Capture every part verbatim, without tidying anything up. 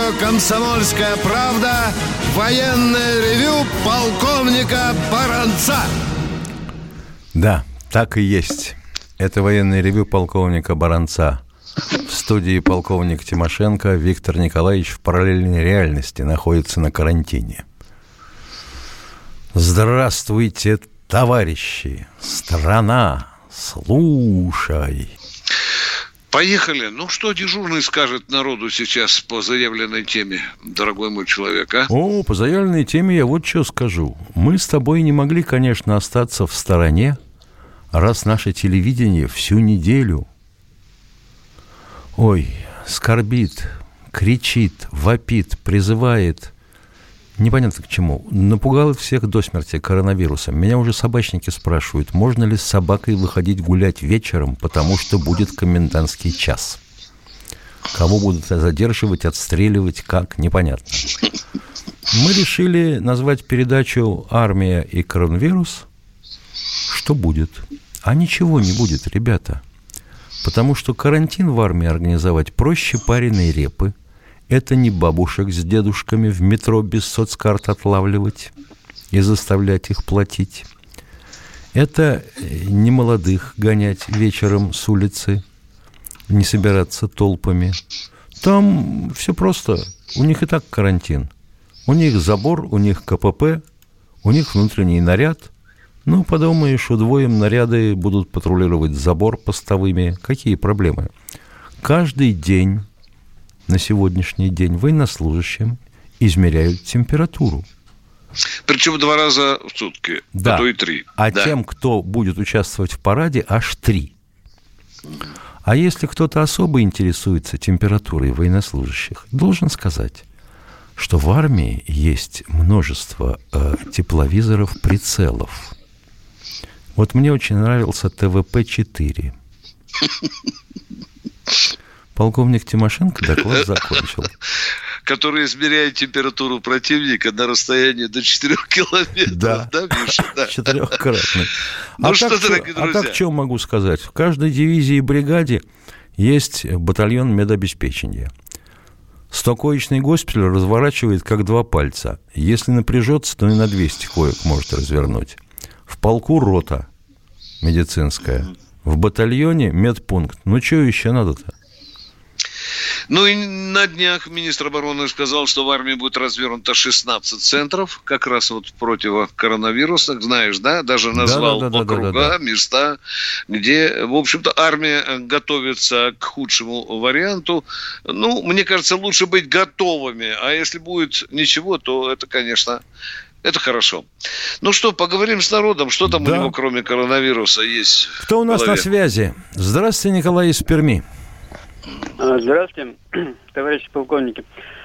радио «Комсомольская правда» военное ревю полковника Баранца. Да, так и есть. Это военное ревю полковника Баранца. В студии полковник Тимошенко. Виктор Николаевич в параллельной реальности находится на карантине. Здравствуйте, товарищи! Страна, слушай! Поехали. Ну, что дежурный скажет народу сейчас по заявленной теме, дорогой мой человек, а? О, по заявленной теме я вот что скажу. Мы с тобой не могли, конечно, остаться в стороне, раз наше телевидение всю неделю, ой, скорбит, кричит, вопит, призывает, непонятно к чему, напугало всех до смерти коронавирусом. Меня уже собачники спрашивают, можно ли с собакой выходить гулять вечером, потому что будет комендантский час. Кого будут задерживать, отстреливать, как, непонятно. Мы решили назвать передачу «Армия и коронавирус». Что будет? А ничего не будет, ребята. Потому что карантин в армии организовать проще пареной репы. Это не бабушек с дедушками в метро без соцкарт отлавливать и заставлять их платить. Это не молодых гонять вечером с улицы, не собираться толпами. Там все просто. У них и так карантин. У них забор, у них ка пэ пэ, у них внутренний наряд. Ну, подумаешь, удвоим наряды будут патрулировать забор постовыми. Какие проблемы? Каждый день, на сегодняшний день, военнослужащим измеряют температуру. Причем два раза в сутки, да. А то и три. А да. тем, кто будет участвовать в параде, аж три. А если кто-то особо интересуется температурой военнослужащих, должен сказать, что в армии есть множество э, тепловизоров-прицелов. Вот мне очень нравился тэ вэ пэ четыре. Полковник Тимошенко доклад закончил. Который измеряет температуру противника на расстоянии до четырех километров. Да, да Миша? Да. Четырехкратный. Ну а что, так, дорогие а друзья? так, что могу сказать? В каждой дивизии и бригаде есть батальон медобеспечения. Стокоечный госпиталь разворачивает как два пальца. Если напряжется, то и на двести коек может развернуть. В полку рота медицинская. В батальоне медпункт. Ну, что еще надо-то? Ну и на днях министр обороны сказал, что в армии будет развернуто шестнадцать центров, как раз вот противокоронавирусных, знаешь, да? Даже назвал да, да, да, округа, да, да, да. места, где, в общем-то, армия готовится к худшему варианту. Ну, мне кажется, лучше быть готовыми, а если будет ничего, то это, конечно... Это хорошо. Ну что, поговорим с народом. Что там да. у него, кроме коронавируса, есть? Кто у нас на связи? Здравствуйте, Николай из Перми. Здравствуйте, товарищи полковники.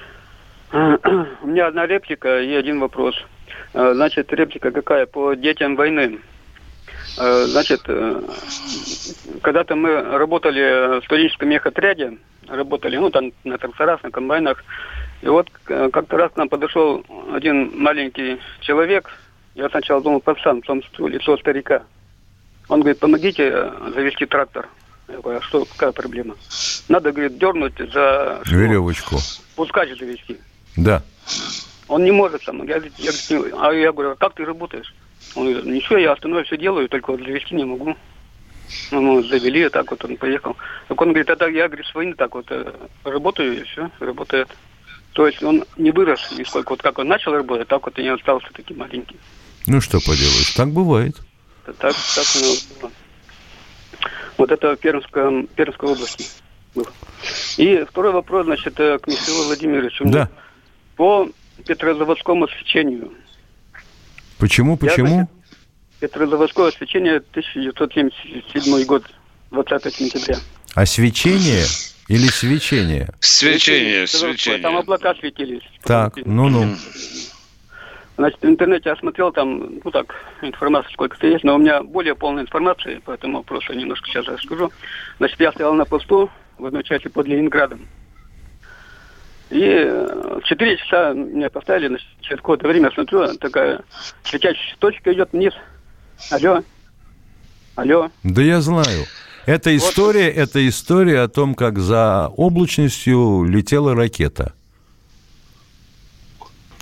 У меня одна реплика и один вопрос. Значит, реплика какая? По детям войны. Значит, когда-то мы работали в студенческом мехотряде, работали, ну, там на тракторах, на комбайнах. И вот как-то раз к нам подошел один маленький человек. Я сначала думал, пацан, потом лицо старика. Он говорит, помогите завести трактор. Я говорю, а что, какая проблема? Надо, говорит, дернуть за... веревочку. Пускач завести. Да. Он не может сам. Я, я, а я говорю, а как ты работаешь? Он говорит, ничего, я остальное все делаю, только вот завести не могу. Ну, мы завели, так вот он поехал. Так он говорит, тогда я, говорит, с войны так вот работаю, и все, работает. То есть он не вырос нисколько. Вот как он начал работать, так вот и не остался таким маленьким. Ну, что поделаешь, так бывает. Так, так было. Вот это в Пермской, Пермской области было. И второй вопрос, значит, к Михаилу Владимировичу. Да. По Петрозаводскому освещению. Почему, почему? Я, значит, Петрозаводское освещение тысяча девятьсот семьдесят седьмой год, двадцатого сентября. Освещение или свечение? Свечение, свечение. Там облака светились. Так, ну-ну. Значит, в интернете я смотрел, там, ну так, информация сколько-то есть, но у меня более полная информация, поэтому просто немножко сейчас расскажу. Значит, я стоял на посту в одной части под Ленинградом. И в четыре часа меня поставили, значит, через какое-то время смотрю, такая светящая точка идет вниз. Алло. Алло. Да я знаю. Это история, вот. это история о том, как за облачностью летела ракета.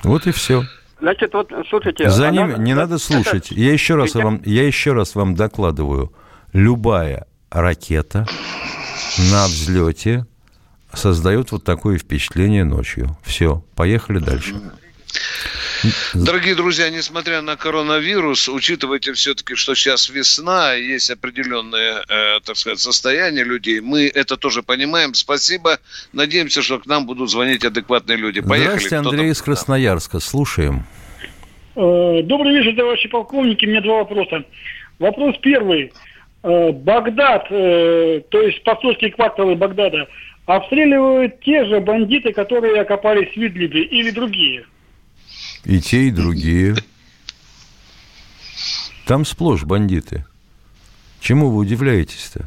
Вот и все. Значит, вот, слушайте... За она... ними не надо слушать. Это... Я еще раз вам, я еще раз вам докладываю. Любая ракета на взлете создает вот такое впечатление ночью. Все, поехали дальше. Дорогие друзья, несмотря на коронавирус, учитывайте все-таки, что сейчас весна, есть определенное, э, так сказать, состояние людей. Мы это тоже понимаем. Спасибо. Надеемся, что к нам будут звонить адекватные люди. Поехали. Здравствуйте, Андрей из Красноярска. Слушаем. Добрый вечер, товарищи полковники. У меня два вопроса. Вопрос первый. Багдад, то есть посольские кварталы Багдада, обстреливают те же бандиты, которые окопались в Идлибе, или другие? И те, и другие. Там сплошь бандиты. Чему вы удивляетесь-то?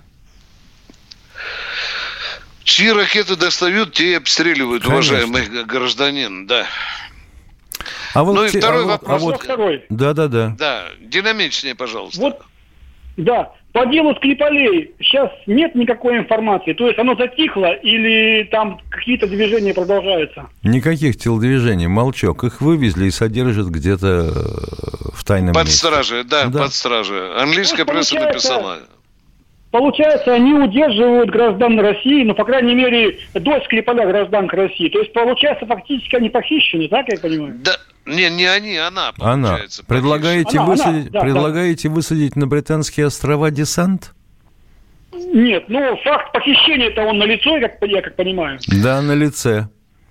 Чьи ракеты достают, те и обстреливают, Конечно. уважаемый гражданин, да. А вот ну и те, второй а вопрос. Вот, а вот, второй. Да, да, да. Да, динамичнее, пожалуйста. Вот, да, по делу Скрипалей сейчас нет никакой информации. То есть оно затихло или там какие-то движения продолжаются? Никаких телодвижений, молчок. Их вывезли и содержат где-то в тайном под месте. стражей, да, да, под стражей. Английская ну, пресса написала. Получается, они удерживают граждан России, ну, по крайней мере, дочь Скрипаля гражданка России. То есть, получается, фактически они похищены, так я понимаю? Да, не, не они, она, Она. получается. Предлагаете, она, высадить, она, да, предлагаете да. высадить на Британские острова десант? Нет, ну, факт похищения-то он налицо, я как, я как понимаю. Да, налицо.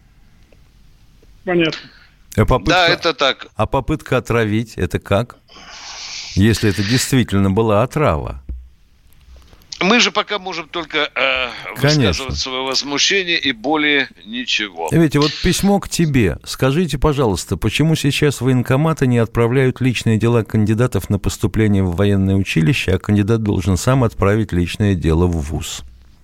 Понятно. А попытка, да, это так. А попытка отравить, это как? Если это действительно была отрава. Мы же пока можем только э, высказывать свое возмущение и более ничего. Видите, вот письмо к тебе. Скажите, пожалуйста, почему сейчас военкоматы не отправляют личные дела кандидатов на поступление в военное училище, а кандидат должен сам отправить личное дело в вуз?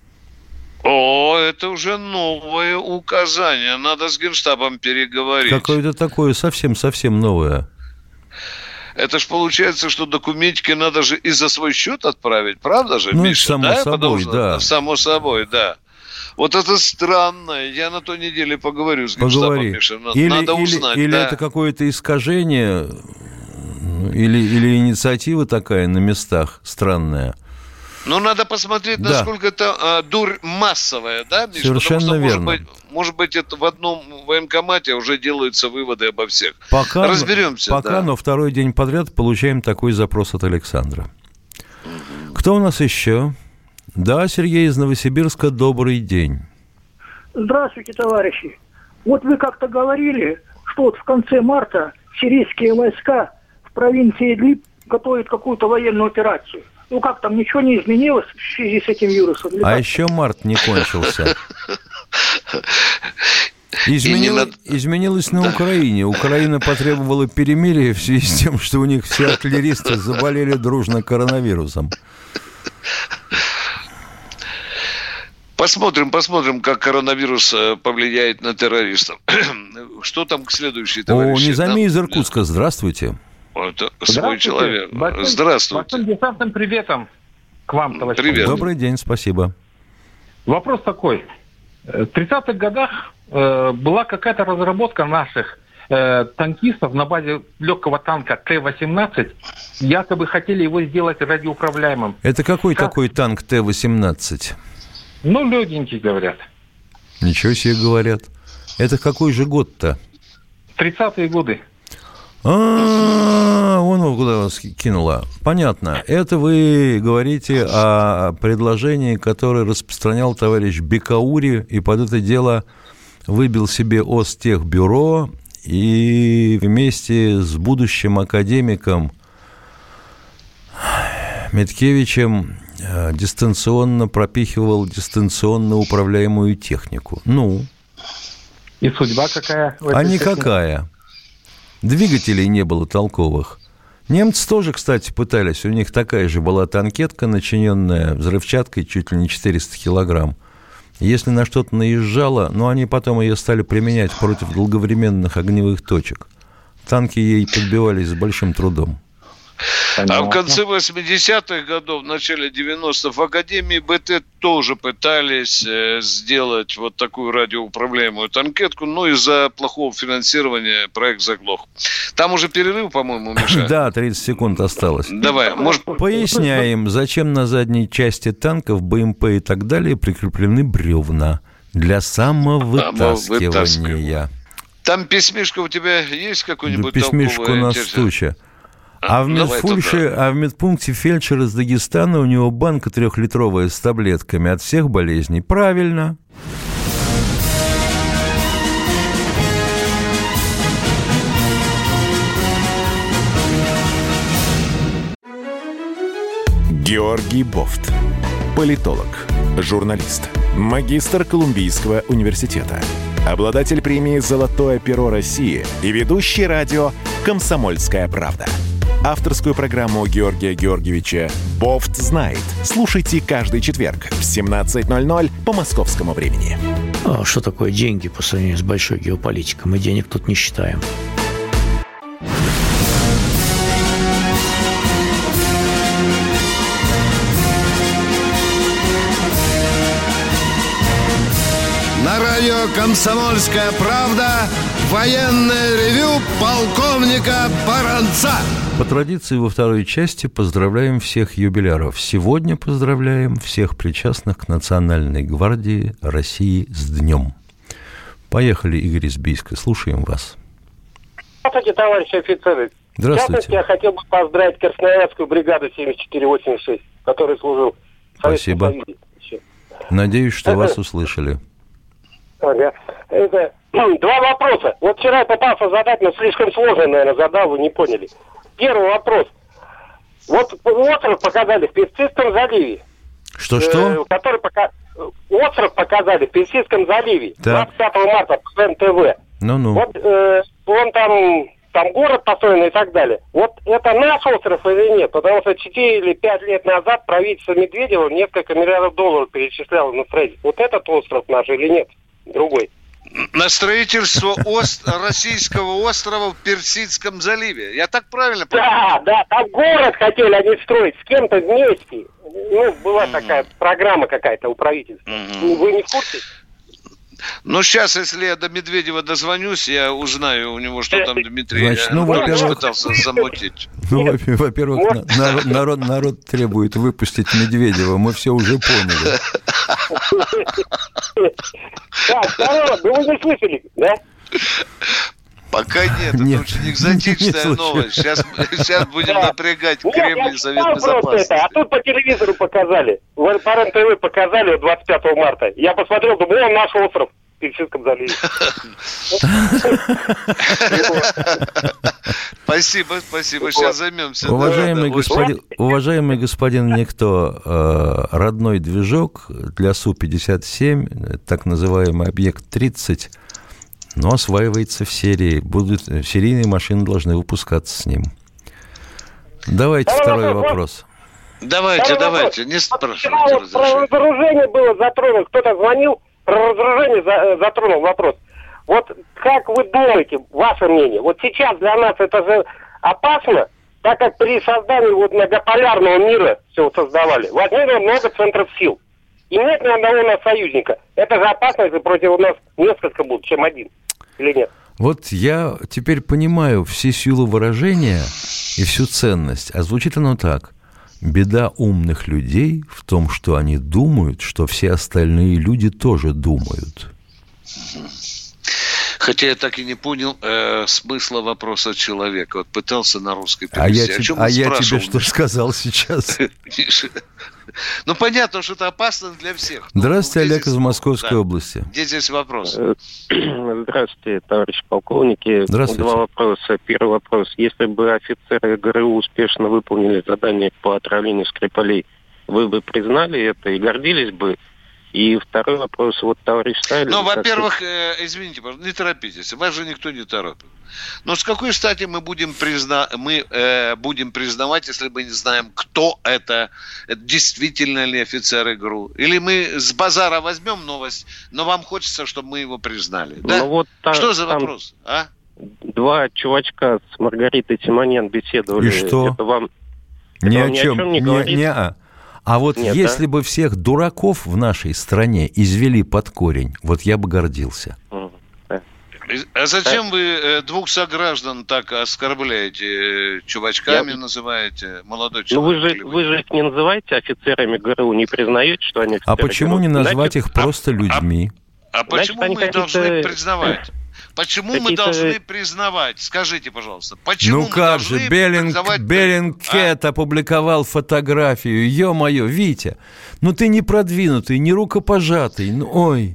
О, это уже новое указание. Надо с Генштабом переговорить. Какое-то такое совсем-совсем новое. Это ж получается, что документики надо же и за свой счет отправить, правда же, ну, Миша? само да? собой, Потому что, да. Само собой, да. Вот это странно. Я на той неделе поговорю с Генштабом, Поговори. Миша. Надо, или, надо или, узнать. Или да. это какое-то искажение, или, или инициатива такая на местах странная. Ну, надо посмотреть, да. насколько это а, дурь массовая, да, Миш? Совершенно Потому что, верно. Может быть, может быть, это в одном военкомате уже делаются выводы обо всех. Пока, Разберемся. Пока, да. но второй день подряд получаем такой запрос от Александра. Угу. Кто у нас еще? Да, Сергей из Новосибирска, добрый день. Здравствуйте, товарищи. Вот вы как-то говорили, что вот в конце марта сирийские войска в провинции Идлиб готовят какую-то военную операцию. Ну как там, ничего не изменилось в связи с этим вирусом? А еще март не кончился. Изменилось, надо... изменилось на да. Украине. Украина потребовала перемирия в связи с тем, что у них все артиллеристы заболели дружно коронавирусом. Посмотрим, посмотрим, как коронавирус повлияет на террористов. Что там к следующей, товарищи? О, Низами из Иркутска, здравствуйте. Это свой человек. Большим, Здравствуйте. Большим десантным приветом к вам, товарищ. Привет. Добрый день, спасибо. Вопрос такой. В тридцатых годах э, была какая-то разработка наших э, танкистов на базе легкого танка Т восемнадцать. Якобы хотели его сделать радиоуправляемым. Это какой как? такой танк Т восемнадцать? Ну, легенький, говорят. Ничего себе говорят. Это какой же год-то? тридцатые годы. А, вон его куда вас кинуло. Понятно. Это вы говорите о предложении, которое распространял товарищ Бекаури, и под это дело выбил себе Остехбюро и вместе с будущим академиком Миткевичем дистанционно пропихивал дистанционно управляемую технику. Ну? И судьба какая? А никакая. Двигателей не было толковых. Немцы тоже, кстати, пытались. У них такая же была танкетка, начиненная взрывчаткой, чуть ли не четыреста килограмм. Если на что-то наезжало, но они потом ее стали применять против долговременных огневых точек. Танки ей подбивались с большим трудом. Понятно. А в конце восьмидесятых годов, в начале девяностых в Академии БТ тоже пытались э, сделать вот такую радиоуправляемую танкетку, но из-за плохого финансирования проект заглох. Там уже перерыв, по-моему, Миша? Да, тридцать секунд осталось. Давай, может... Поясняем, зачем на задней части танков, БМП и так далее прикреплены бревна для самовытаскивания. Там письмишка у тебя есть какой-нибудь? Да, письмишка у нас туча. А в, медфульше, а в медпункте фельдшер из Дагестана, у него банка трехлитровая с таблетками от всех болезней. Правильно. Георгий Бофт. Политолог, журналист, магистр Колумбийского университета, обладатель премии «Золотое перо России» и ведущий радио «Комсомольская правда». Авторскую программу Георгия Георгиевича «Бофт знает». Слушайте каждый четверг в семнадцать ноль ноль по московскому времени. А что такое деньги по сравнению с большой геополитикой? Мы денег тут не считаем. На радио «Комсомольская правда» военное ревю полковника Баранца. По традиции во второй части поздравляем всех юбиляров. Сегодня поздравляем всех причастных к Национальной гвардии России с днем. Поехали, Игорь из Бийска. Слушаем вас. Здравствуйте, товарищи офицеры. Здравствуйте. В частности, я хотел бы поздравить Красноярскую бригаду семьдесят четыре восемьдесят шесть, который служил в Советском Спасибо. Союзе. Надеюсь, что вас услышали. Ага. Это два вопроса. Вот вчера я пытался задать, но слишком сложно, наверное, задал, вы не поняли. Первый вопрос. Вот остров показали в Персидском заливе. Что-что? Э, который пока... Остров показали в Персидском заливе. Так. двадцать пятого марта по эн тэ вэ. Ну-ну. Вот э, он там, там город построен и так далее. Вот это наш остров или нет? Потому что четыре или пять лет назад правительство Медведева несколько миллиардов долларов перечисляло на строительство. Вот этот остров наш или нет? Другой. На строительство ост... российского острова в Персидском заливе. Я так правильно понимаю? Да, да, там город хотели они строить с кем-то вместе. Ну, была mm-hmm. такая программа какая-то у правительства. Mm-hmm. Вы не в курсе? Ну, сейчас, если я до Медведева дозвонюсь, я узнаю у него, что там Дмитрий Значит, ну, во-первых, пытался замутить. Ну, во-первых, народ, народ, народ требует выпустить Медведева. Мы все уже поняли. Так, второе, вы не слышали, да? Пока нет, это Нет, очень экзотичная не новость. Сейчас, сейчас будем Да. напрягать Нет, Кремль я и Совет читал просто Безопасности. это, а тут по телевизору показали. По эн тэ вэ показали двадцать пятого марта. Я посмотрел, думаю, он наш остров в Персидском заливе. Спасибо, спасибо. Сейчас займемся. Уважаемый, Да, господин, уважаемый господин Никто, э, родной движок для Су пятьдесят семь, так называемый объект тридцать, но осваивается в серии. Будут, серийные машины должны выпускаться с ним. Давайте второй вопрос. Давайте, Второй давайте, вопрос. не Вчера спрашивайте вот про разрешения. разоружение было затронут. Кто-то звонил, про разоружение за- затронул вопрос. Вот как вы думаете, ваше мнение, вот сейчас для нас это же опасно, так как при создании вот многополярного мира все создавали, возникло много центров сил. И нет ни одного у нас союзника. Это же опасно, если против нас несколько будут, чем один. Или нет? Вот я теперь понимаю всю силу выражения и всю ценность. А звучит оно так. Беда умных людей в том, что они думают, что все остальные люди тоже думают. Хотя я так и не понял э, смысла вопроса человека. Вот пытался на русской А я, перевести. тебе, а я тебе что сказал сейчас? Ну, понятно, что это опасно для всех. Здравствуйте, Олег из Московской области. Где здесь вопрос? Здравствуйте, товарищи полковники. Здравствуйте. Два вопроса. Первый вопрос. Если бы офицеры ГРУ успешно выполнили задание по отравлению Скрипалей, вы бы признали это и гордились бы? И второй вопрос. Вот товарищ Сталин... Ну, во-первых, э, извините, пожалуйста, не торопитесь. Вас же никто не торопит. Но с какой стати мы будем, призна... мы, э, будем признавать, если мы не знаем, кто это, это действительно ли офицер ГРУ? Или мы с базара возьмем новость, но вам хочется, чтобы мы его признали? Да? Ну, вот там, Что за там, вопрос? А? два чувачка с Маргаритой Симоньян беседовали. И что? Это вам, ни это о вам чем, ни о чем не не, говорит? не а. А вот Нет, если да? бы всех дураков в нашей стране извели под корень, вот я бы гордился. А зачем вы э, двух сограждан так оскорбляете, э, чувачками Я... называете, молодой Ну вы человек? же, вы же их не называете офицерами ГРУ, не признаете, что они офицеры А почему ГРУ? не назвать Значит, их просто людьми? А Значит, почему они мы какие-то- должны признавать? Почему мы какие-то- должны признавать? Скажите, пожалуйста, почему Ну мы как должны же, Беллинг, признавать... Беллингкэт опубликовал фотографию. Ё-моё, Витя, ну ты не продвинутый, не рукопожатый, ну ой.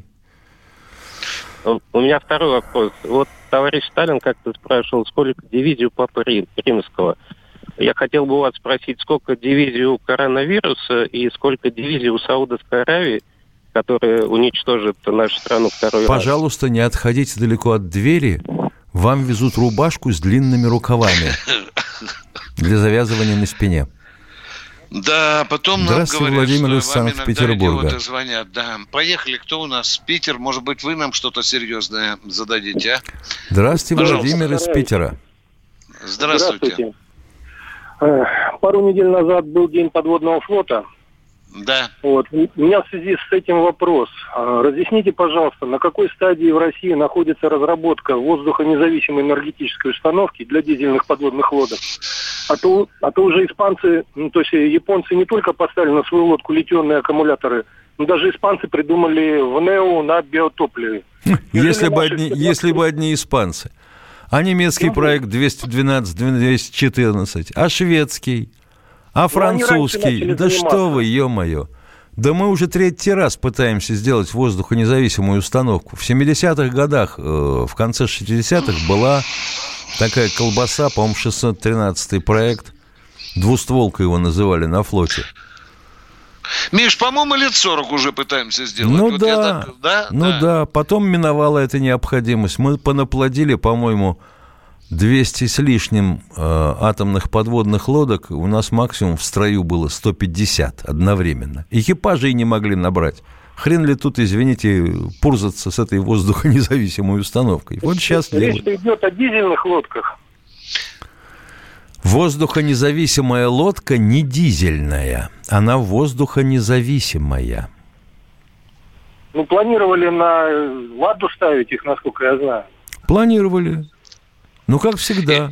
У меня второй вопрос. Вот товарищ Сталин как-то спрашивал, сколько дивизий у Папы Рим, Римского. Я хотел бы у вас спросить, сколько дивизий у коронавируса и сколько дивизий у Саудовской Аравии, которая уничтожит нашу страну второй раз. Пожалуйста, не отходите далеко от двери. Вам везут рубашку с длинными рукавами для завязывания на спине. Да, потом нам Здравствуйте, говорят, Владимир из что вам иногда Санкт-Петербурга. идиоты звонят. Да. Поехали, кто у нас? Питер, может быть, вы нам что-то серьезное зададите, а? Здравствуйте, Пожалуйста. Владимир из Питера. Здравствуйте. Э, Пару недель назад был День подводного флота. Да. Вот. У меня в связи с этим вопрос. Э, Разъясните, пожалуйста, на какой стадии в России находится разработка воздухонезависимой энергетической установки для дизельных подводных лодок? А то, а то уже испанцы, ну, то есть японцы не только поставили на свою лодку литионные аккумуляторы, но даже испанцы придумали в НЭО на биотопливе. Если бы, одни, если бы одни испанцы. А немецкий проект двести двенадцать двести четырнадцать, а шведский, а французский. Да что вы, ё-моё. Да мы уже третий раз пытаемся сделать воздухонезависимую установку. В семидесятых годах, э, в конце шестидесятых была такая колбаса, по-моему, шестьсот тринадцатый проект. Двустволка его называли на флоте. Миш, по-моему, лет сорок уже пытаемся сделать. Ну вот да, так, да, ну да. да, потом миновала эта необходимость. Мы понаплодили, по-моему, двести с лишним э, атомных подводных лодок. У нас максимум в строю было сто пятьдесят одновременно. Экипажей не могли набрать. Хрен ли тут, извините, пурзаться с этой воздухонезависимой установкой. Вот сейчас речь идет о дизельных лодках. Воздухонезависимая лодка не дизельная, она воздухонезависимая. Ну, планировали на ладу ставить их, насколько я знаю. Планировали. Ну, как всегда.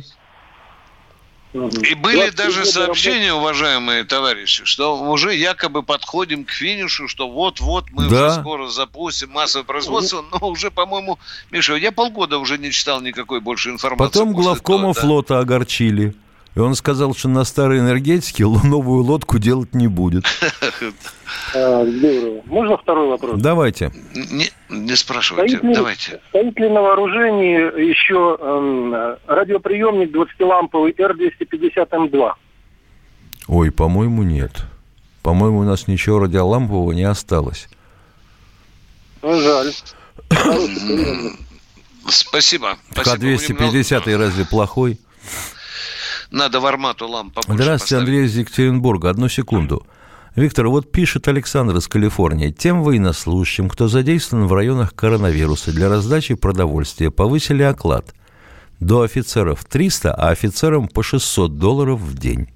И были даже сообщения, уважаемые товарищи, что уже якобы подходим к финишу, что вот-вот мы да. уже скоро запустим массовое производство, но уже, по-моему, Миша, я полгода уже не читал никакой больше информации. Потом главкома того, флота да. огорчили. И он сказал, что на старой энергетике новую лодку делать не будет. Здорово. Можно второй вопрос? Давайте. Не, не спрашивайте, стоит ли, давайте. Стоит ли на вооружении еще э, радиоприемник двадцатиламповый эр двести пятьдесят эм два? Ой, по-моему, нет. По-моему, у нас ничего радиолампового не осталось. Ну, жаль. Спасибо. А двести пятидесятый разве плохой? Надо в армату ламп побольше Здравствуйте, поставить. Андрей из Екатеринбурга. Одну секунду. Виктор, вот пишет Александр из Калифорнии. Тем военнослужащим, кто задействован в районах коронавируса для раздачи продовольствия, повысили оклад. До офицеров триста, а офицерам по шестьсот долларов в день.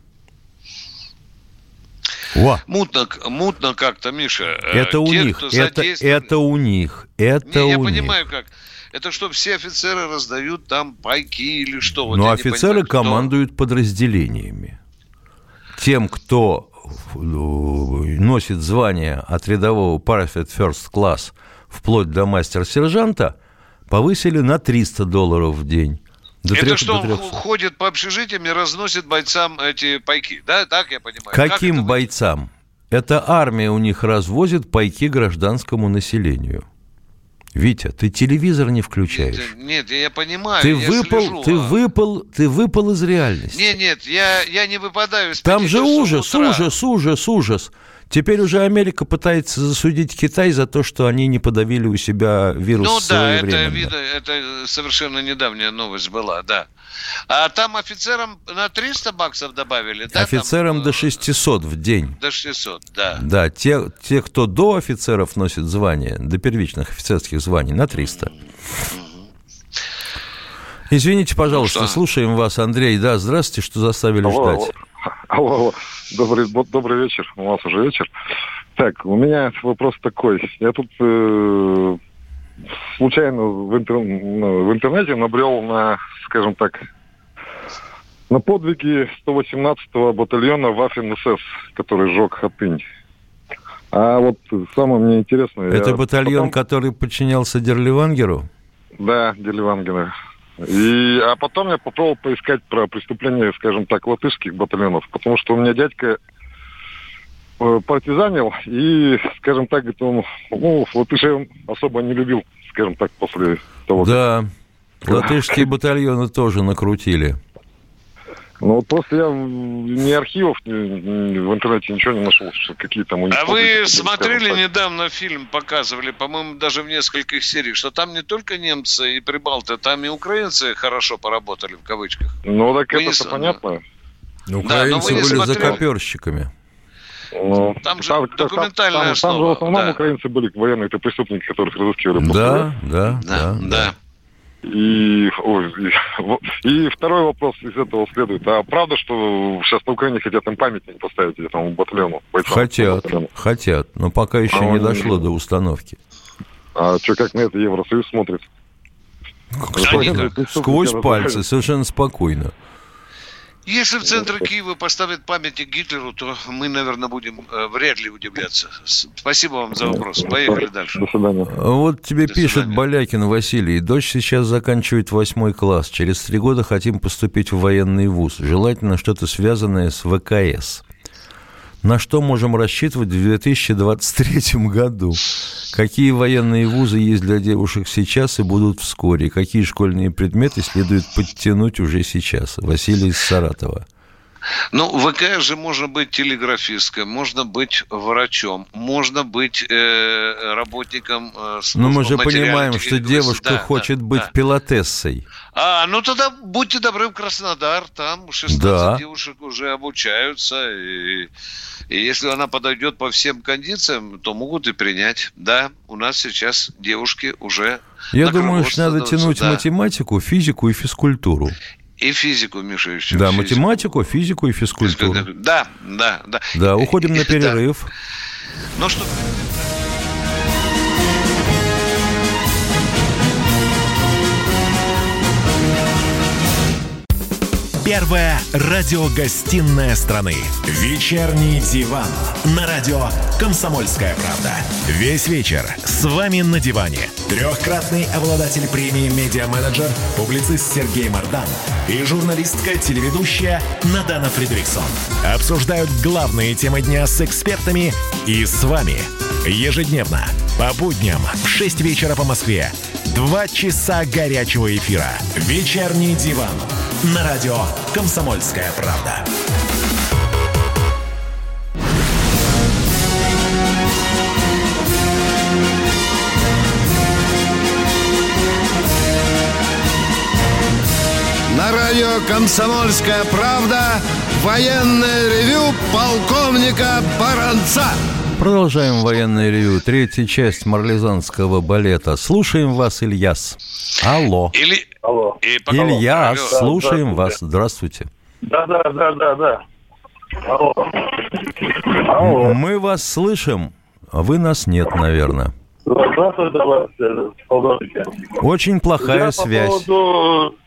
Во. Мутно, мутно как-то, Миша. Это Те, у них, это, это у них, это Не, я у понимаю, них. как. Это что, все офицеры раздают там пайки или что? Вот Но я офицеры не понимаю, командуют кто... подразделениями. Тем, кто носит звание от рядового Parachute First Class вплоть до мастер-сержанта, повысили на триста долларов в день. До это трех, что, до он ходит по общежитиям и разносит бойцам эти пайки, да? Так я понимаю. Каким как бойцам? Это армия у них развозит пайки гражданскому населению. Витя, ты телевизор не включаешь. Нет, нет я понимаю. Ты я выпал, слежу, ты а... выпал, ты выпал из реальности. Нет, нет, я, я не выпадаю из Там же ужас, утра. ужас, ужас, ужас. Теперь уже Америка пытается засудить Китай за то, что они не подавили у себя вирус ну, своевременно. Ну да, это, видно, это совершенно недавняя новость была, да. А там офицерам на триста баксов добавили, да? Офицерам там, до шестисот в день. До шестисот, да. Да, те, те, кто до офицеров носит звание, до первичных офицерских званий, на триста. Извините, пожалуйста, ну, слушаем вас, Андрей. Да, здравствуйте, что заставили алло, ждать. Алло, алло. Добрый, добрый вечер, у вас уже вечер. Так, у меня вопрос такой. Я тут э, случайно в, интер... в интернете набрел на, скажем так, на подвиги сто восемнадцатого батальона Waffen-эс эс, который сжег Хатынь. А вот самое мне интересное... Это батальон, потом... который подчинялся Дерливангеру? Да, Дерливангера. И, а потом я попробовал поискать про преступления, скажем так, латышских батальонов, потому что у меня дядька э, партизанил, и, скажем так, он, ну, латышей особо не любил, скажем так, после того... Да, как... латышские батальоны тоже накрутили. Ну вот просто я ни архивов, ни, ни в интернете ничего не нашел, что какие там... А вы смотрели недавно фильм, показывали, по-моему, даже в нескольких сериях, что там не только немцы и прибалты, там и украинцы хорошо поработали, в кавычках. Ну так вы это-то не... понятно. Ну, украинцы да, были смотрели... закоперщиками. Ну, там же там, документальная там, основа. Там же в основном да. украинцы были военные-то преступники, которых разыскивали. Да, да, да, да, да. И, ой, и, и второй вопрос из этого следует. А правда, что сейчас на Украине хотят им памятник поставить этому батальону? Хотят, батальону? хотят, но пока еще а не дошло не... до установки. А что, как на это Евросоюз смотрит? Сквозь пальцы, совершенно спокойно. Если в центре Киева поставят памятник Гитлеру, то мы, наверное, будем э, вряд ли удивляться. Спасибо вам за вопрос. Поехали дальше. До свидания. Вот тебе До пишет свидания. Балякин Василий. Дочь сейчас заканчивает восьмой класс. Через три года хотим поступить в военный вуз. Желательно что-то связанное с ВКС. На что можем рассчитывать в две тысячи двадцать третьем году? Какие военные вузы есть для девушек сейчас и будут вскоре? Какие школьные предметы следует подтянуть уже сейчас? Василий из Саратова. Ну, в ВКС же можно быть телеграфисткой, можно быть врачом, можно быть э, работником э, службы. Но мы же понимаем, что девушка да, хочет да, быть да. пилотессой. А, ну тогда будьте добры в Краснодар, там шестнадцать да. девушек уже обучаются, и, и если она подойдет по всем кондициям, то могут и принять. Да, у нас сейчас девушки уже... Я думаю, что надо тянуть да. математику, физику и физкультуру. И физику, Миша, еще. Да, физику. математику, физику и физкультуру. Да, да, да. Да, уходим на перерыв. Да. Ну что... Первая радиогостинная страны. Вечерний диван. На радио «Комсомольская правда». Весь вечер с вами на диване. Трехкратный обладатель премии «Медиа-менеджер», публицист Сергей Мардан и журналистка-телеведущая Надана Фридриксон. Обсуждают главные темы дня с экспертами и с вами. Ежедневно, по будням, в шесть вечера по Москве. Два часа горячего эфира. Вечерний диван. На радио «Комсомольская правда». На радио «Комсомольская правда» военное ревю полковника Баранца. Продолжаем военное ревю. Третья часть марлезанского балета. Слушаем вас, Ильяс. Алло. Или... Алло. Ильяс, Алло. слушаем да, вас. Здравствуйте. Да, да, да, да, да. Алло. Алло. Мы вас слышим, а вы нас нет, наверное. Здравствуйте, полковники. Очень плохая Я связь. По поводу...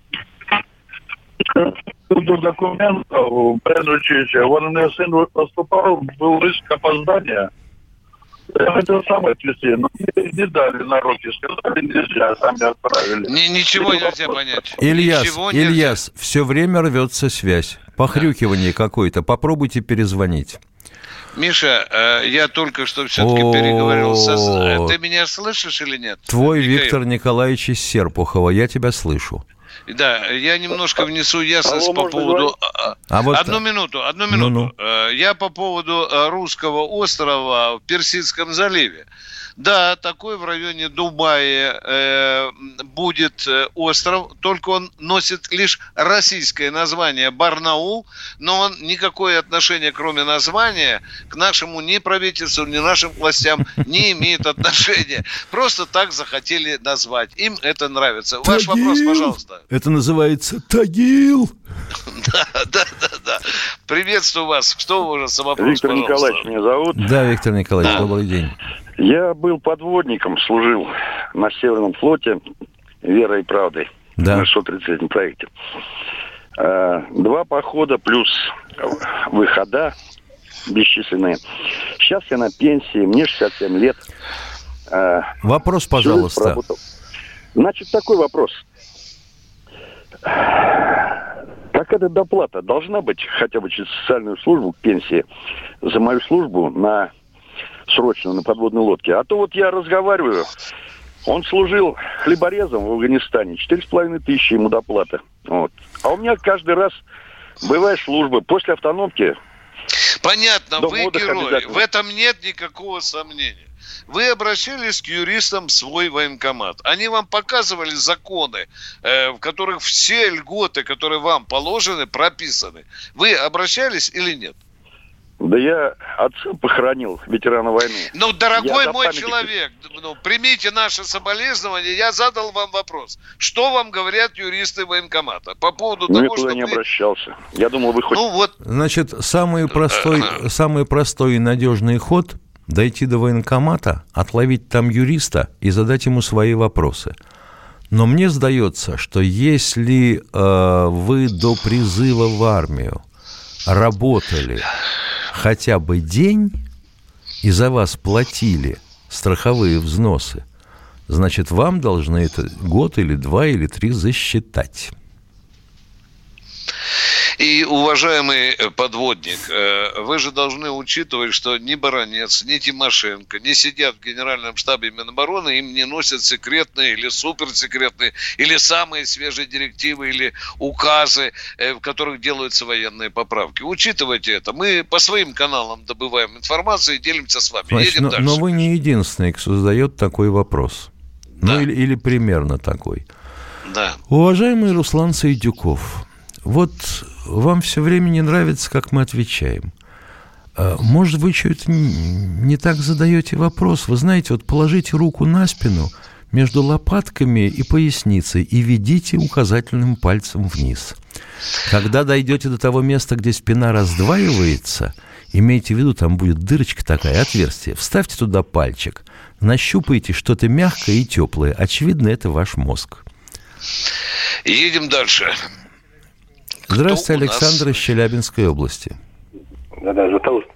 документов предучилища. Вот у меня сын поступал, был риск опоздания. Я хотел сам отвезти, но мне не дали на руки, сказали нельзя, сами отправили. Ни, ничего нельзя понять. Ильяс, ничего Ильяс, нельзя. Все время рвется связь. Похрюкивание да. какое-то. Попробуйте перезвонить. Миша, я только что все-таки О-о-о. переговорил со... Ты меня слышишь или нет? Твой Михаил. Виктор Николаевич из Серпухова. Я тебя слышу. Да, я немножко внесу ясность Алло, по поводу... А вот одну минуту, одну минуту. Ну-ну. Я по поводу русского острова в Персидском заливе. Да, такой в районе Дубая э, будет э, остров, только он носит лишь российское название Барнаул, но он никакое отношение, кроме названия, к нашему ни правительству, ни нашим властям не имеет отношения. Просто так захотели назвать. Им это нравится. Ваш Тагил! Вопрос, пожалуйста. Это называется Тагил. Да, да, да, да. Приветствую вас. Что вы уже вопрос, Виктор пожалуйста. Николаевич меня зовут. Да, Виктор Николаевич, Да. добрый день. Я был подводником, служил на Северном флоте «Верой и правдой» Да. на шестьсот тридцатом проекте. А, Два похода плюс выхода бесчисленные. Сейчас я на пенсии, мне шестьдесят семь лет. А, Вопрос, всю жизнь пожалуйста. проработал. Значит, такой вопрос. Какая-то доплата должна быть хотя бы через социальную службу к пенсии за мою службу на срочно на подводной лодке. А то вот я разговариваю, он служил хлеборезом в Афганистане, четыре с половиной тысячи ему доплата. Вот. А у меня каждый раз бывает служба после автономки. Понятно, Дом вы отдыха герой. обязательно. В этом нет никакого сомнения. Вы обращались к юристам в свой военкомат. Они вам показывали законы, э, в которых все льготы, которые вам положены, прописаны. Вы обращались или нет? Да я отца похоронил, ветерана войны. Ну, дорогой Я мой за памятник- человек, ну, примите наши соболезнования. Я задал вам вопрос. Что вам говорят юристы военкомата по поводу Ну, я того, туда что не вы... обращался. Я думал, вы хоть... Ну, вот, Значит, самый простой, самый простой и надежный ход – дойти до военкомата, отловить там юриста и задать ему свои вопросы. Но мне сдается, что если э, вы до призыва в армию работали хотя бы день и за вас платили страховые взносы, значит, вам должны это год или два или три засчитать. И, уважаемый подводник, вы же должны учитывать, что ни Баранец, ни Тимошенко не сидят в Генеральном штабе Минобороны, им не носят секретные или суперсекретные, или самые свежие директивы, или указы, в которых делаются военные поправки. Учитывайте это. Мы по своим каналам добываем информацию и делимся с вами. Значит, Едем но, дальше. но вы не единственный, кто задает такой вопрос. Да. Ну, или, или примерно такой. Да. Уважаемый Руслан Сайдюков, вот вам все время не нравится, как мы отвечаем. Может, вы что-то не так задаете вопрос? Вы знаете, вот положите руку на спину между лопатками и поясницей и ведите указательным пальцем вниз. Когда дойдете до того места, где спина раздваивается, имейте в виду, там будет дырочка такая, отверстие. Вставьте туда пальчик, нащупайте что-то мягкое и теплое. Очевидно, это ваш мозг. Едем дальше. Здравствуйте, Кто у нас? Александр из Челябинской области. Да-да, Златоуст.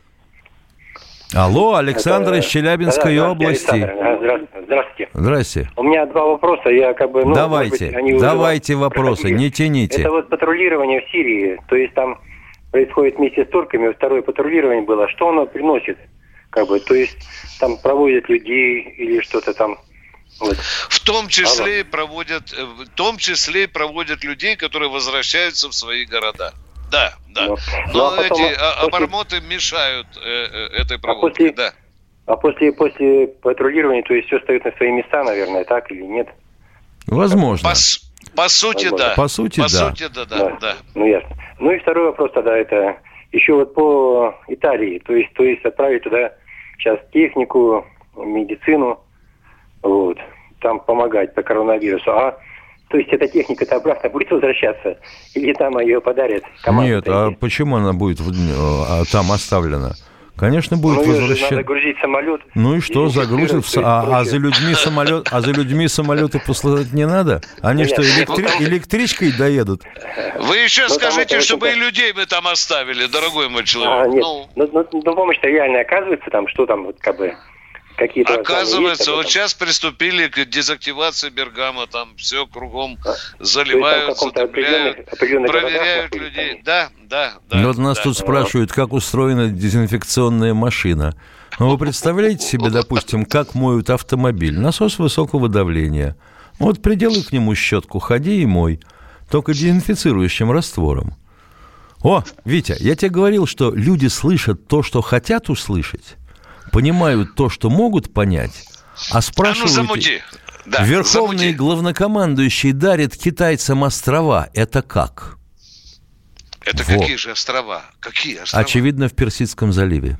Алло, Александр Это- из Челябинской Да-да, области. Александр, ага, здравствуйте. Здравствуйте. Здрасте. У меня два вопроса. Я как бы, ну, давайте, может быть, они уже давайте вам вопросы, проходили. не тяните. Это вот патрулирование в Сирии. То есть там происходит вместе с турками, второе патрулирование было. Что оно приносит? Как бы, то есть там проводят людей или что-то там. Вот. В том числе и проводят, в том числе и проводят людей, которые возвращаются в свои города. Да, да. Ну, Но ну, а потом, эти а, после- обормоты мешают э, э, этой А проводке. после, Да. а после, после патрулирования, то есть все встают на свои места, наверное, так или нет? Возможно. По, с- по сути, Возможно. да. По сути, По да. сути, да, да, да. Ну, ясно. Ну и второй вопрос тогда, это еще вот по Италии, то есть, то есть отправить туда сейчас технику, медицину, вот, там помогать по коронавирусу. А то есть эта техника-то обратно будет возвращаться? Или там ее подарят команде? Нет, а почему она будет в- а, там оставлена? Конечно, будет Ну, ее же возвращать. надо грузить самолет. Ну и что, и загрузят, в с- инфицировать, а, а и за прочее. людьми самолет, а за людьми самолеты посылать не надо? Они что, Понятно. электри- электричкой доедут? Вы еще Ну, там скажите, это чтобы и очень-то- людей мы там оставили, дорогой мой А, человек. нет, Ну, но, но- но помощь-то реально оказывается там, что там, вот, как бы, какие-то... знания есть оказывается, об вот этом? сейчас приступили к дезактивации Бергамо, там все кругом А, то есть там в заливают, каком-то затопляют, определенных- определенных городах проверяют находятся людей. они? Да, да, да. Ну, вот нас да. тут спрашивают, как устроена дезинфекционная машина. Ну, вы представляете себе, допустим, как моют автомобиль? Насос высокого давления. Вот приделай к нему щетку, ходи и мой. Только дезинфицирующим раствором. О, Витя, я тебе говорил, что люди слышат то, что хотят услышать, понимают то, что могут понять, А спрашивают, а ну, замути. Да, верховный замути. главнокомандующий дарит китайцам острова. Это как? Это Во. какие же острова? Какие острова? Очевидно, в Персидском заливе.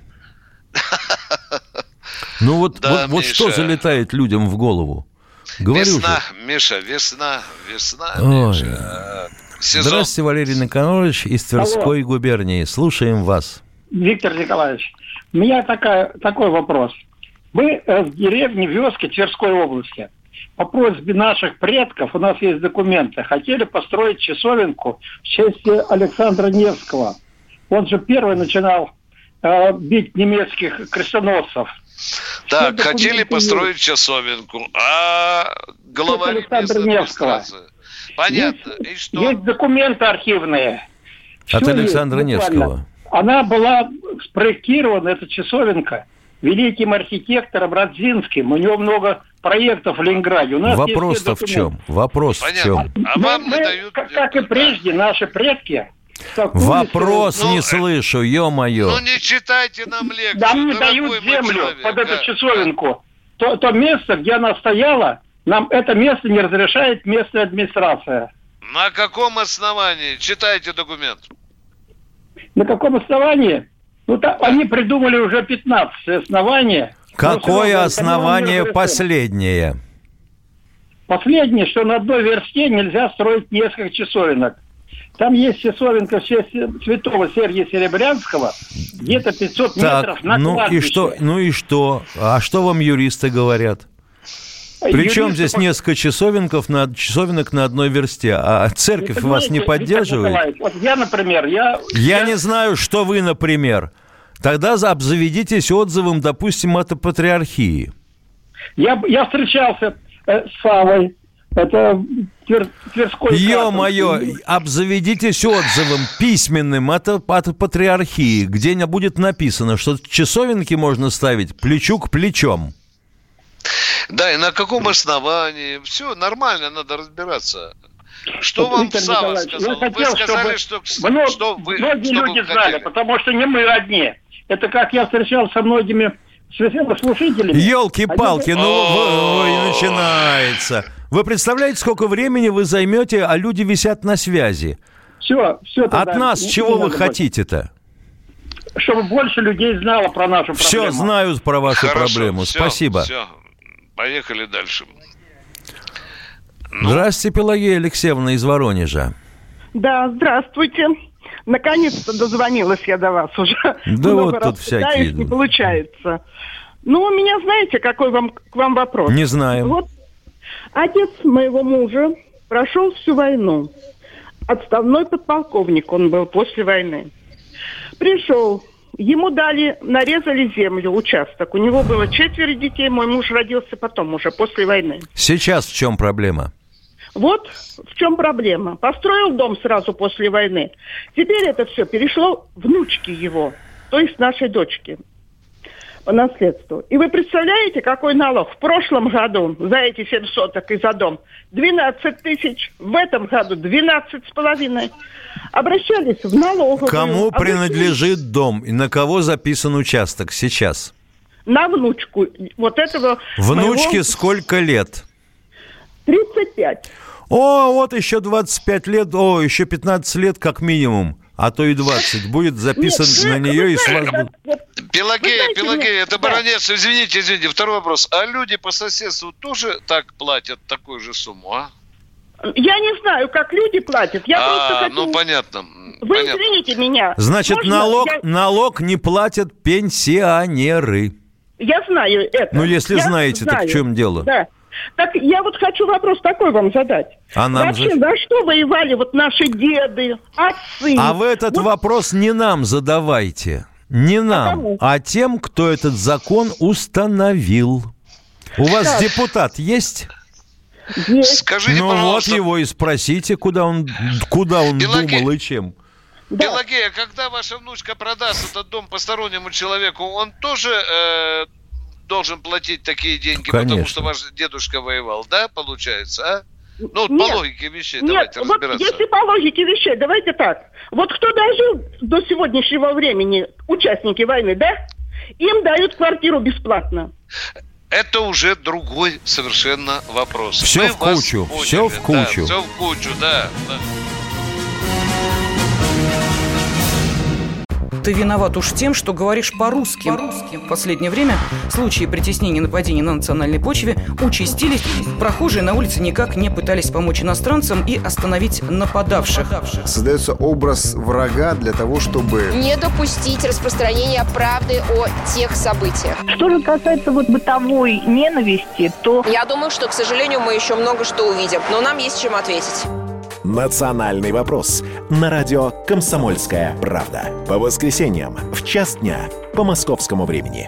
Ну вот, да, вот, вот Миша, что залетает людям в голову? Говорю весна, же. Миша, весна, весна, Ой. Миша. Сезон. Здравствуйте, Валерий Никонорович из Тверской Алло. губернии. Слушаем вас. Виктор Николаевич, у меня такая, такой вопрос. Мы э, в деревне Вёски Тверской области по просьбе наших предков, у нас есть документы, хотели построить часовенку в честь Александра Невского. Он же первый начинал э, бить немецких крестоносцев. Так, Что хотели документы построить часовенку, а главарь Александра местной Невского. администрации. Понятно. Есть, И что? есть документы архивные. От Всё Александра есть, буквально. Невского. Она была спроектирована, эта часовенка, великим архитектором Радзинским. У него много проектов в Ленинграде. У нас Вопрос-то в чем? Вопрос в чем? А Но вам мы, не дают... как, как и прежде, наши предки... столкнулись, Вопрос что- не слышу, ё-моё. Ну не читайте нам лекцию, Нам не дорогой дают мой землю человек, под эту а. часовенку. То, то место, где она стояла, нам это место не разрешает местная администрация. На каком основании? Читайте документ. На каком основании? Ну, та- они придумали уже пятнадцатое основание. Какое Но основание всё равно не разрешено. последнее? Последнее, что на одной версте нельзя строить несколько часовенок. Там есть часовенка в честь святого Сергия Серебрянского, где-то пятьсот метров Так, на ну и кладбище. что? Ну и что? А что вам юристы говорят? Причем Юристы здесь по- несколько часовенков на, часовенок на одной версте, а церковь Вы вас не понимаете, Виктор поддерживает? Николаевич, Вот я, например, я... Я не знаю, что вы, например. Тогда за- обзаведитесь отзывом, допустим, от патриархии. Я, я встречался э, с Савой, это Твер, Тверской... Ё-моё, Каторжный. обзаведитесь отзывом письменным от, от патриархии, где не будет написано, что часовенки можно ставить плечу к плечом. Да, и на каком основании? Все нормально, надо разбираться. Что Вот, вам Виктор Сава Николаевич, сказал? я Вы хотел, сказали, чтобы что, мно- что вы, многие что люди вы знали, хотели. потому что не мы одни. Это как я встречался со многими священнослужителями. Ёлки-палки, Они- ну вы- ой, начинается. Вы представляете, сколько времени вы займете, а люди висят на связи? Все, все. От нас чего вы хотите-то? Чтобы больше людей знало про нашу Все проблему. знают про вашу Хорошо, проблему. всё, Спасибо. всё. Поехали дальше. Здравствуйте, Пелагея Алексеевна из Воронежа. Да, здравствуйте. Наконец-то дозвонилась я до вас уже. Да Много вот раз тут пытаюсь, всякие. не получается. Ну, у меня, знаете, какой вам, к вам вопрос? Не знаем. Вот отец моего мужа прошел всю войну. Отставной подполковник он был после войны. Пришел, ему дали, нарезали землю, участок. У него было четверо детей, мой муж родился потом, уже после войны. Сейчас в чем проблема? Вот в чем проблема. Построил дом сразу после войны. Теперь это все перешло внучке его, то есть нашей дочке, по наследству. И вы представляете, какой налог? В прошлом году за эти семь соток и за дом двенадцать тысяч, в этом году двенадцать с половиной. Обращались в налоговую. Кому обращались принадлежит дом и на кого записан участок сейчас? на внучку вот этого Внучке моего сколько лет? тридцать пять. О, вот еще двадцать пять лет, о, еще пятнадцать лет как минимум, а то и двадцать. Будет записан Нет, на вы- нее вы и с вас знаете, будет... Пелагея, знаете, Пелагея, ну, это да. баронец, извините, извините. Второй вопрос. А люди по соседству тоже так платят такую же сумму, а? Я не знаю, как люди платят. Я просто А, хочу... ну понятно. Вы понятно. извините меня. Значит, Можно налог, я- налог не платят пенсионеры. Я знаю это. Ну, если Я знаете, так знаю. в чем дело? Да. Так я вот хочу вопрос такой вам задать. А нам Вообще, за- за что воевали вот наши деды, отцы? А вы этот Вот вопрос не нам задавайте. Не нам, кому? а тем, кто этот закон установил. У вас Так. депутат есть? есть. Скажите, Ну вот пожалуйста, его и спросите, куда он, куда он Пелагея- думал и чем. Да. Пелагея, когда ваша внучка продаст этот дом постороннему человеку, он тоже э, должен платить такие деньги, потому Конечно. что ваш дедушка воевал, да, получается, а? Ну, вот Нет. по логике вещей, Нет, давайте вот разбираться. если по логике вещей, давайте так. Вот кто дожил до сегодняшнего времени, участники войны, да? Им дают квартиру бесплатно. это уже другой совершенно вопрос. Все Мы в кучу, поняли, все в кучу. Да, все в кучу, да, да. Ты виноват уж тем, что говоришь по-русски. по-русски. В последнее время случаи притеснения и нападений на национальной почве участились. Прохожие на улице никак не пытались помочь иностранцам и остановить нападавших. Создается образ врага для того, чтобы не допустить распространения правды о тех событиях. Что же касается вот бытовой ненависти, то... Я думаю, что, к сожалению, мы еще много что увидим, но нам есть чем ответить. «Национальный вопрос» на радио «Комсомольская правда». По воскресеньям в час дня по московскому времени.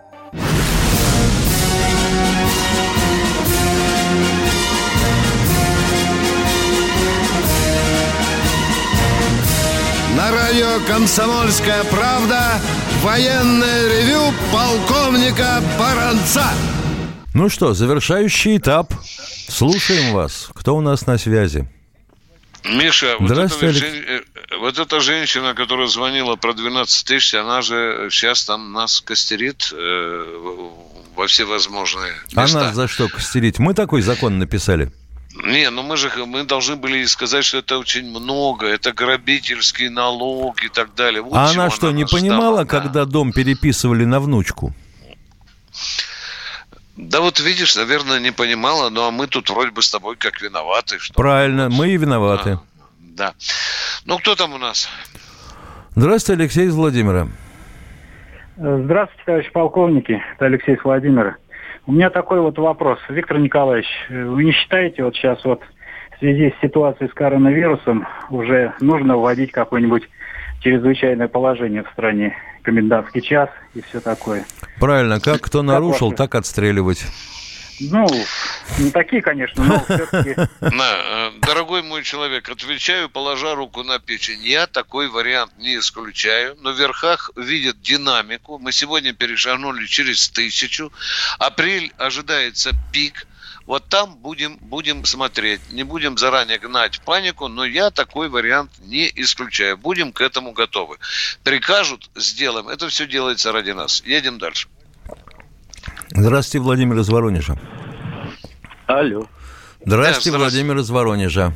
На радио «Комсомольская правда» военное ревю полковника Баранца. Ну что, завершающий этап. Слушаем вас. Кто у нас на связи? Миша, вот эта, Алекс... жен... вот эта женщина, которая звонила про двенадцать тысяч, она же сейчас там нас костерит э, во всевозможные места. А нас за что костерить? Мы такой закон написали. Не, ну мы же мы должны были сказать, что это очень много, это грабительский налог и так далее. Вот а она что, она не понимала, ждала, когда да. дом переписывали на внучку? Да вот видишь, наверное, не понимала, ну а мы тут вроде бы с тобой как виноваты. Что Правильно, мы и виноваты. А, да. Ну, кто там у нас? Здравствуйте, Алексей из Владимира. Здравствуйте, товарищи полковники. Это Алексей из Владимира. У меня такой вот вопрос. Виктор Николаевич, вы не считаете, вот сейчас вот в связи с ситуацией с коронавирусом уже нужно вводить какое-нибудь чрезвычайное положение в стране? Комендантский час и все такое. Правильно, как кто нарушил, как так отстреливать. Ну, не такие, конечно, но все-таки... Дорогой мой человек, отвечаю, положа руку на печень. Я такой вариант не исключаю. Но в верхах видят динамику. Мы сегодня перешагнули через тысячу. Апрель ожидается пик. Вот там будем, будем смотреть. Не будем заранее гнать панику, но я такой вариант не исключаю. Будем к этому готовы. Прикажут, сделаем. Это все делается ради нас. Едем дальше. Здравствуйте, Владимир из Воронежа. Алло. Здравствуйте, да, Владимир из Воронежа.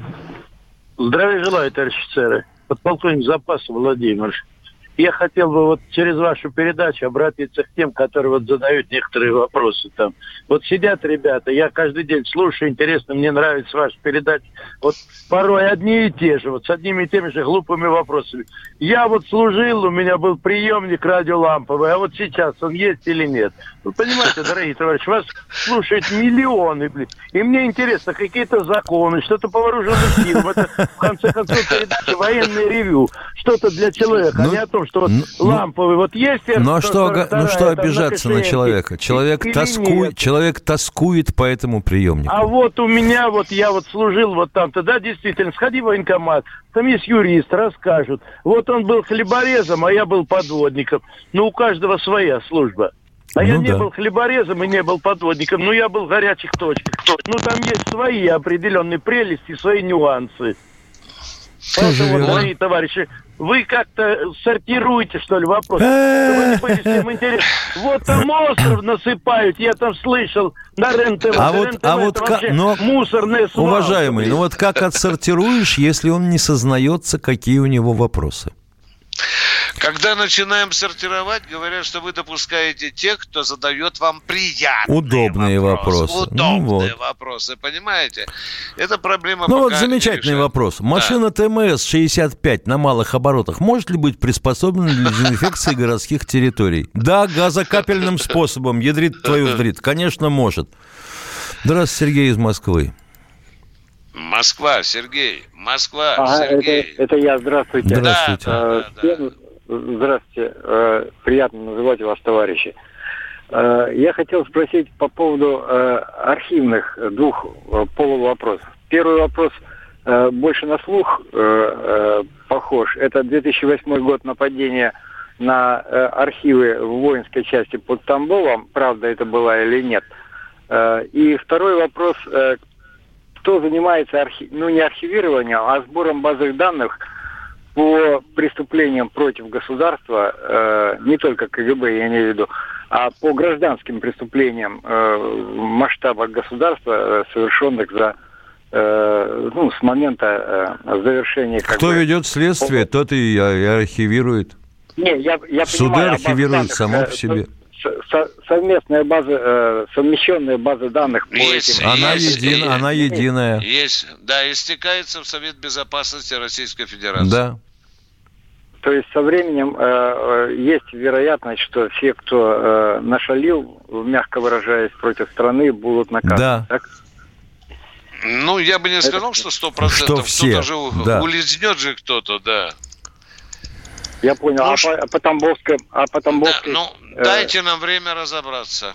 Здравия желаю, товарищи офицеры. Подполковник запаса Владимир. Я хотел бы вот через вашу передачу обратиться к тем, которые вот задают некоторые вопросы там. Вот сидят ребята, я каждый день слушаю, интересно, мне нравится ваша передача. Вот порой одни и те же, вот с одними и теми же глупыми вопросами. Я вот служил, у меня был приемник радиоламповый, а вот сейчас он есть или нет? Вы понимаете, дорогие товарищи, вас слушают миллионы, блин. И мне интересно, какие-то законы, что-то по вооруженным силам. Это, в конце концов, передача военное ревью. Что-то для человека, ну, а не о том, что вот ну, ламповый вот есть... Ну, а что, вторая, ну, что обижаться на, на человека? Человек, тоскует, человек тоскует по этому приемнику. А вот у меня, вот я вот служил вот там-то, да, действительно, сходи в военкомат, там есть юрист, расскажут. Вот он был хлеборезом, а я был подводником. Ну, у каждого своя служба. А ну, я не да. был хлеборезом и не был подводником, но я был в горячих точках. Ну, там есть свои определенные прелести, свои нюансы. Поэтому, дорогие товарищи, вы как-то сортируете, что ли, вопрос. Чтобы не были всем интересны. Вот там остров насыпают, я там слышал на РЕН-ТВ. А вот, а вот как, но, мусорная свалка. Уважаемый, ну вот как отсортируешь, если он не сознается, какие у него вопросы? Когда начинаем сортировать, говорят, что вы допускаете тех, кто задает вам приятные удобные вопросы. вопросы. Удобные ну, вот. вопросы, понимаете? Это проблема Ну пока вот замечательный вопрос. Машина да. ТМС шестьдесят пять на малых оборотах может ли быть приспособлена для дезинфекции городских территорий? Да, газокапельным способом. Ядрит твою здрит. Конечно, может. Здравствуйте, Сергей из Москвы. Москва, Сергей. Москва, ага, Сергей. Это, это я, здравствуйте. Здравствуйте. Да, да, да, да. Здравствуйте. Приятно называть вас товарищи. Я хотел спросить по поводу архивных двух полувопросов. Первый вопрос больше на слух похож. Это две тысячи восьмой год, нападение на архивы в воинской части под Тамбовом. Правда это было или нет? И второй вопрос. Кто занимается, архи... ну не архивированием, а сбором базовых данных по преступлениям против государства, э, не только КГБ, я имею в виду, а по гражданским преступлениям э, в масштабах государства, э, совершенных за, э, ну, с момента э, завершения... Как Кто бы, ведет следствие, по... тот и, и архивирует. Не, я, я Суды понимаю, архивируют само по себе. Со, совместная база, э, совмещенная база данных по есть, этим... Она, есть, един, есть, она единая. Есть, да, истекается в Совет Безопасности Российской Федерации. Да. То есть со временем э, есть вероятность, что все, кто э, нашалил, мягко выражаясь, против страны, будут наказаны. Да. Так? Ну, я бы не сказал, что сто процентов. Кто-то же да. улизнет же кто-то, да. Я понял. Ну, а, по, а по Тамбовской... А по Тамбовской да, ну, э... дайте нам время разобраться.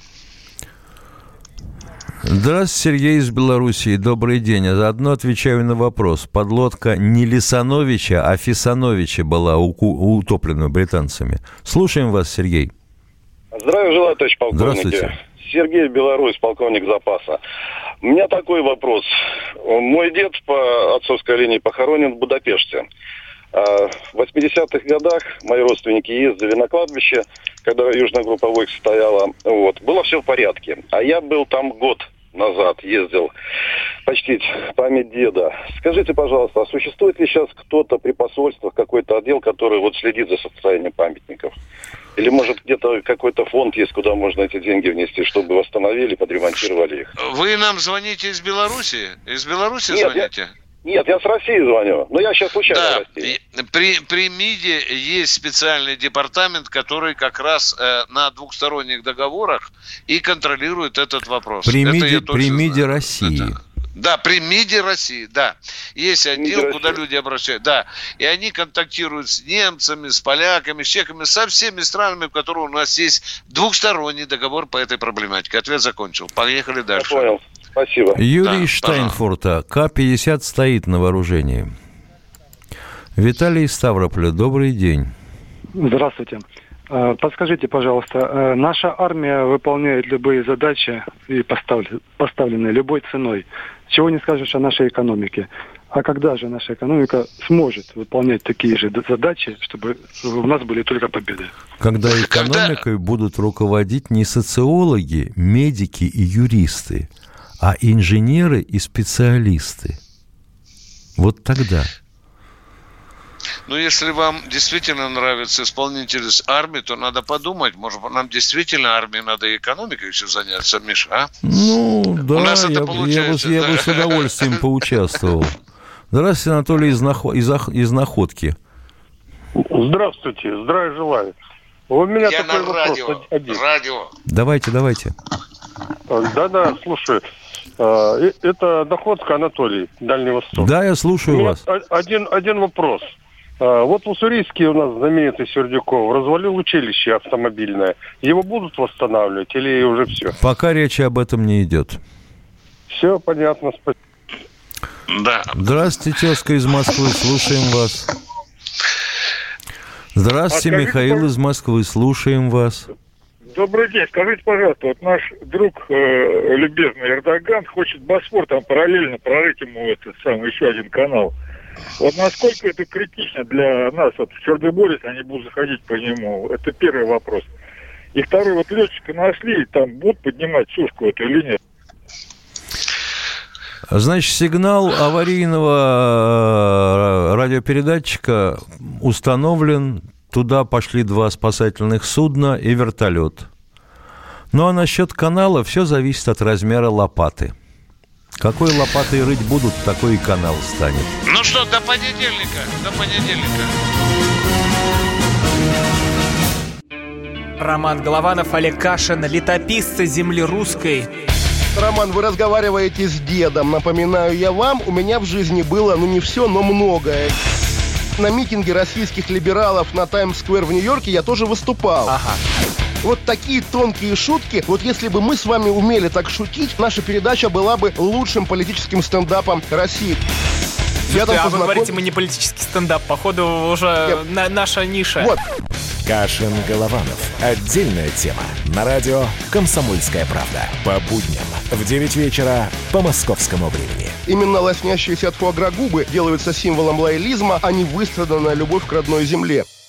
Здравствуйте, Сергей из Белоруссии. Добрый день. А заодно отвечаю на вопрос. Подлодка не Лисановича, а Фисановича была утоплена британцами. Слушаем вас, Сергей. Здравия желаю, товарищ полковник. Здравствуйте. Сергей, Беларусь, полковник запаса. У меня такой вопрос. Мой дед по отцовской линии похоронен в Будапеште. В восьмидесятых годах мои родственники ездили на кладбище, когда южная группа войск стояла. Вот. Было все в порядке. А я был там год назад, ездил почтить память деда. Скажите, пожалуйста, а существует ли сейчас кто-то при посольствах, какой-то отдел, который вот следит за состоянием памятников? Или, может, где-то какой-то фонд есть, куда можно эти деньги внести, чтобы восстановили, подремонтировали их? Вы нам звоните из Беларуси? Из Беларуси Нет, звоните? Я... Нет, я с России звоню, но я сейчас случайно да, в России. При, при МИДе есть специальный департамент, который как раз э, на двухсторонних договорах и контролирует этот вопрос. При МИДе, при МИДе России. Это, да, при МИДе России, да. Есть отдел, куда люди обращаются. Да, и они контактируют с немцами, с поляками, с чехами, со всеми странами, в которых у нас есть двухсторонний договор по этой проблематике. Ответ закончил. Поехали дальше. Я понял. Спасибо. Юрий да, Штайнфурта. Ка пятьдесят стоит на вооружении. Виталий из Ставрополя. Добрый день. Здравствуйте. Подскажите, пожалуйста, наша армия выполняет любые задачи и поставленные любой ценой. Чего не скажешь о нашей экономике. А когда же наша экономика сможет выполнять такие же задачи, чтобы у нас были только победы? Когда экономикой будут руководить не социологи, медики и юристы, а инженеры и специалисты. Вот тогда. Ну, если вам действительно нравится исполнительность армии, то надо подумать, может, нам действительно армии надо и экономикой еще заняться, Миша, а? Ну, да, У нас я, это получается, я, да? бы, я бы с удовольствием поучаствовал. Здравствуйте, Анатолий из, Нахо... из, Ах... из Находки. Здравствуйте, здравия желаю. У меня я такой на вопрос радио. один. радио. Давайте, давайте. Да-да, слушаю. Это Находка, Анатолий, Дальний Восток. Да, я слушаю вас. Один, один вопрос. Вот Уссурийский у нас знаменитый Сердюков развалил училище автомобильное. Его будут восстанавливать или уже все? Пока речи об этом не идет. Все понятно, спасибо. Да. Здравствуйте, тезка из Москвы, слушаем вас. Здравствуйте, а Михаил скажите, из Москвы, слушаем вас. Добрый день. Скажите, пожалуйста, вот наш друг э, любезный Эрдоган хочет Босфор там параллельно прорыть ему этот самый еще один канал. Вот насколько это критично для нас? Вот в Чернобылье они будут заходить по нему. Это первый вопрос. И второй, вот летчика нашли, там будут поднимать сушку эту или нет? Значит, сигнал аварийного радиопередатчика установлен. Туда пошли два спасательных судна и вертолет. Ну, а насчет канала все зависит от размера лопаты. Какой лопатой рыть будут, такой и канал станет. Ну что, до понедельника. До понедельника. Роман Голованов, Олег Кашин, летописцы земли русской. Роман, вы разговариваете с дедом. Напоминаю я вам, у меня в жизни было, ну не все, но многое. На митинге российских либералов на Таймс-сквер в Нью-Йорке я тоже выступал. Ага. Вот такие тонкие шутки, вот если бы мы с вами умели так шутить, наша передача была бы лучшим политическим стендапом России. Я там а познаком... вы говорите, мы не политический стендап, походу уже на, наша ниша. Вот. Кашин-Голованов. Отдельная тема. На радио «Комсомольская правда». По будням в девять вечера по московскому времени. Именно лоснящиеся от фуагра губы делаются символом лоялизма, а не выстраданная любовь к родной земле.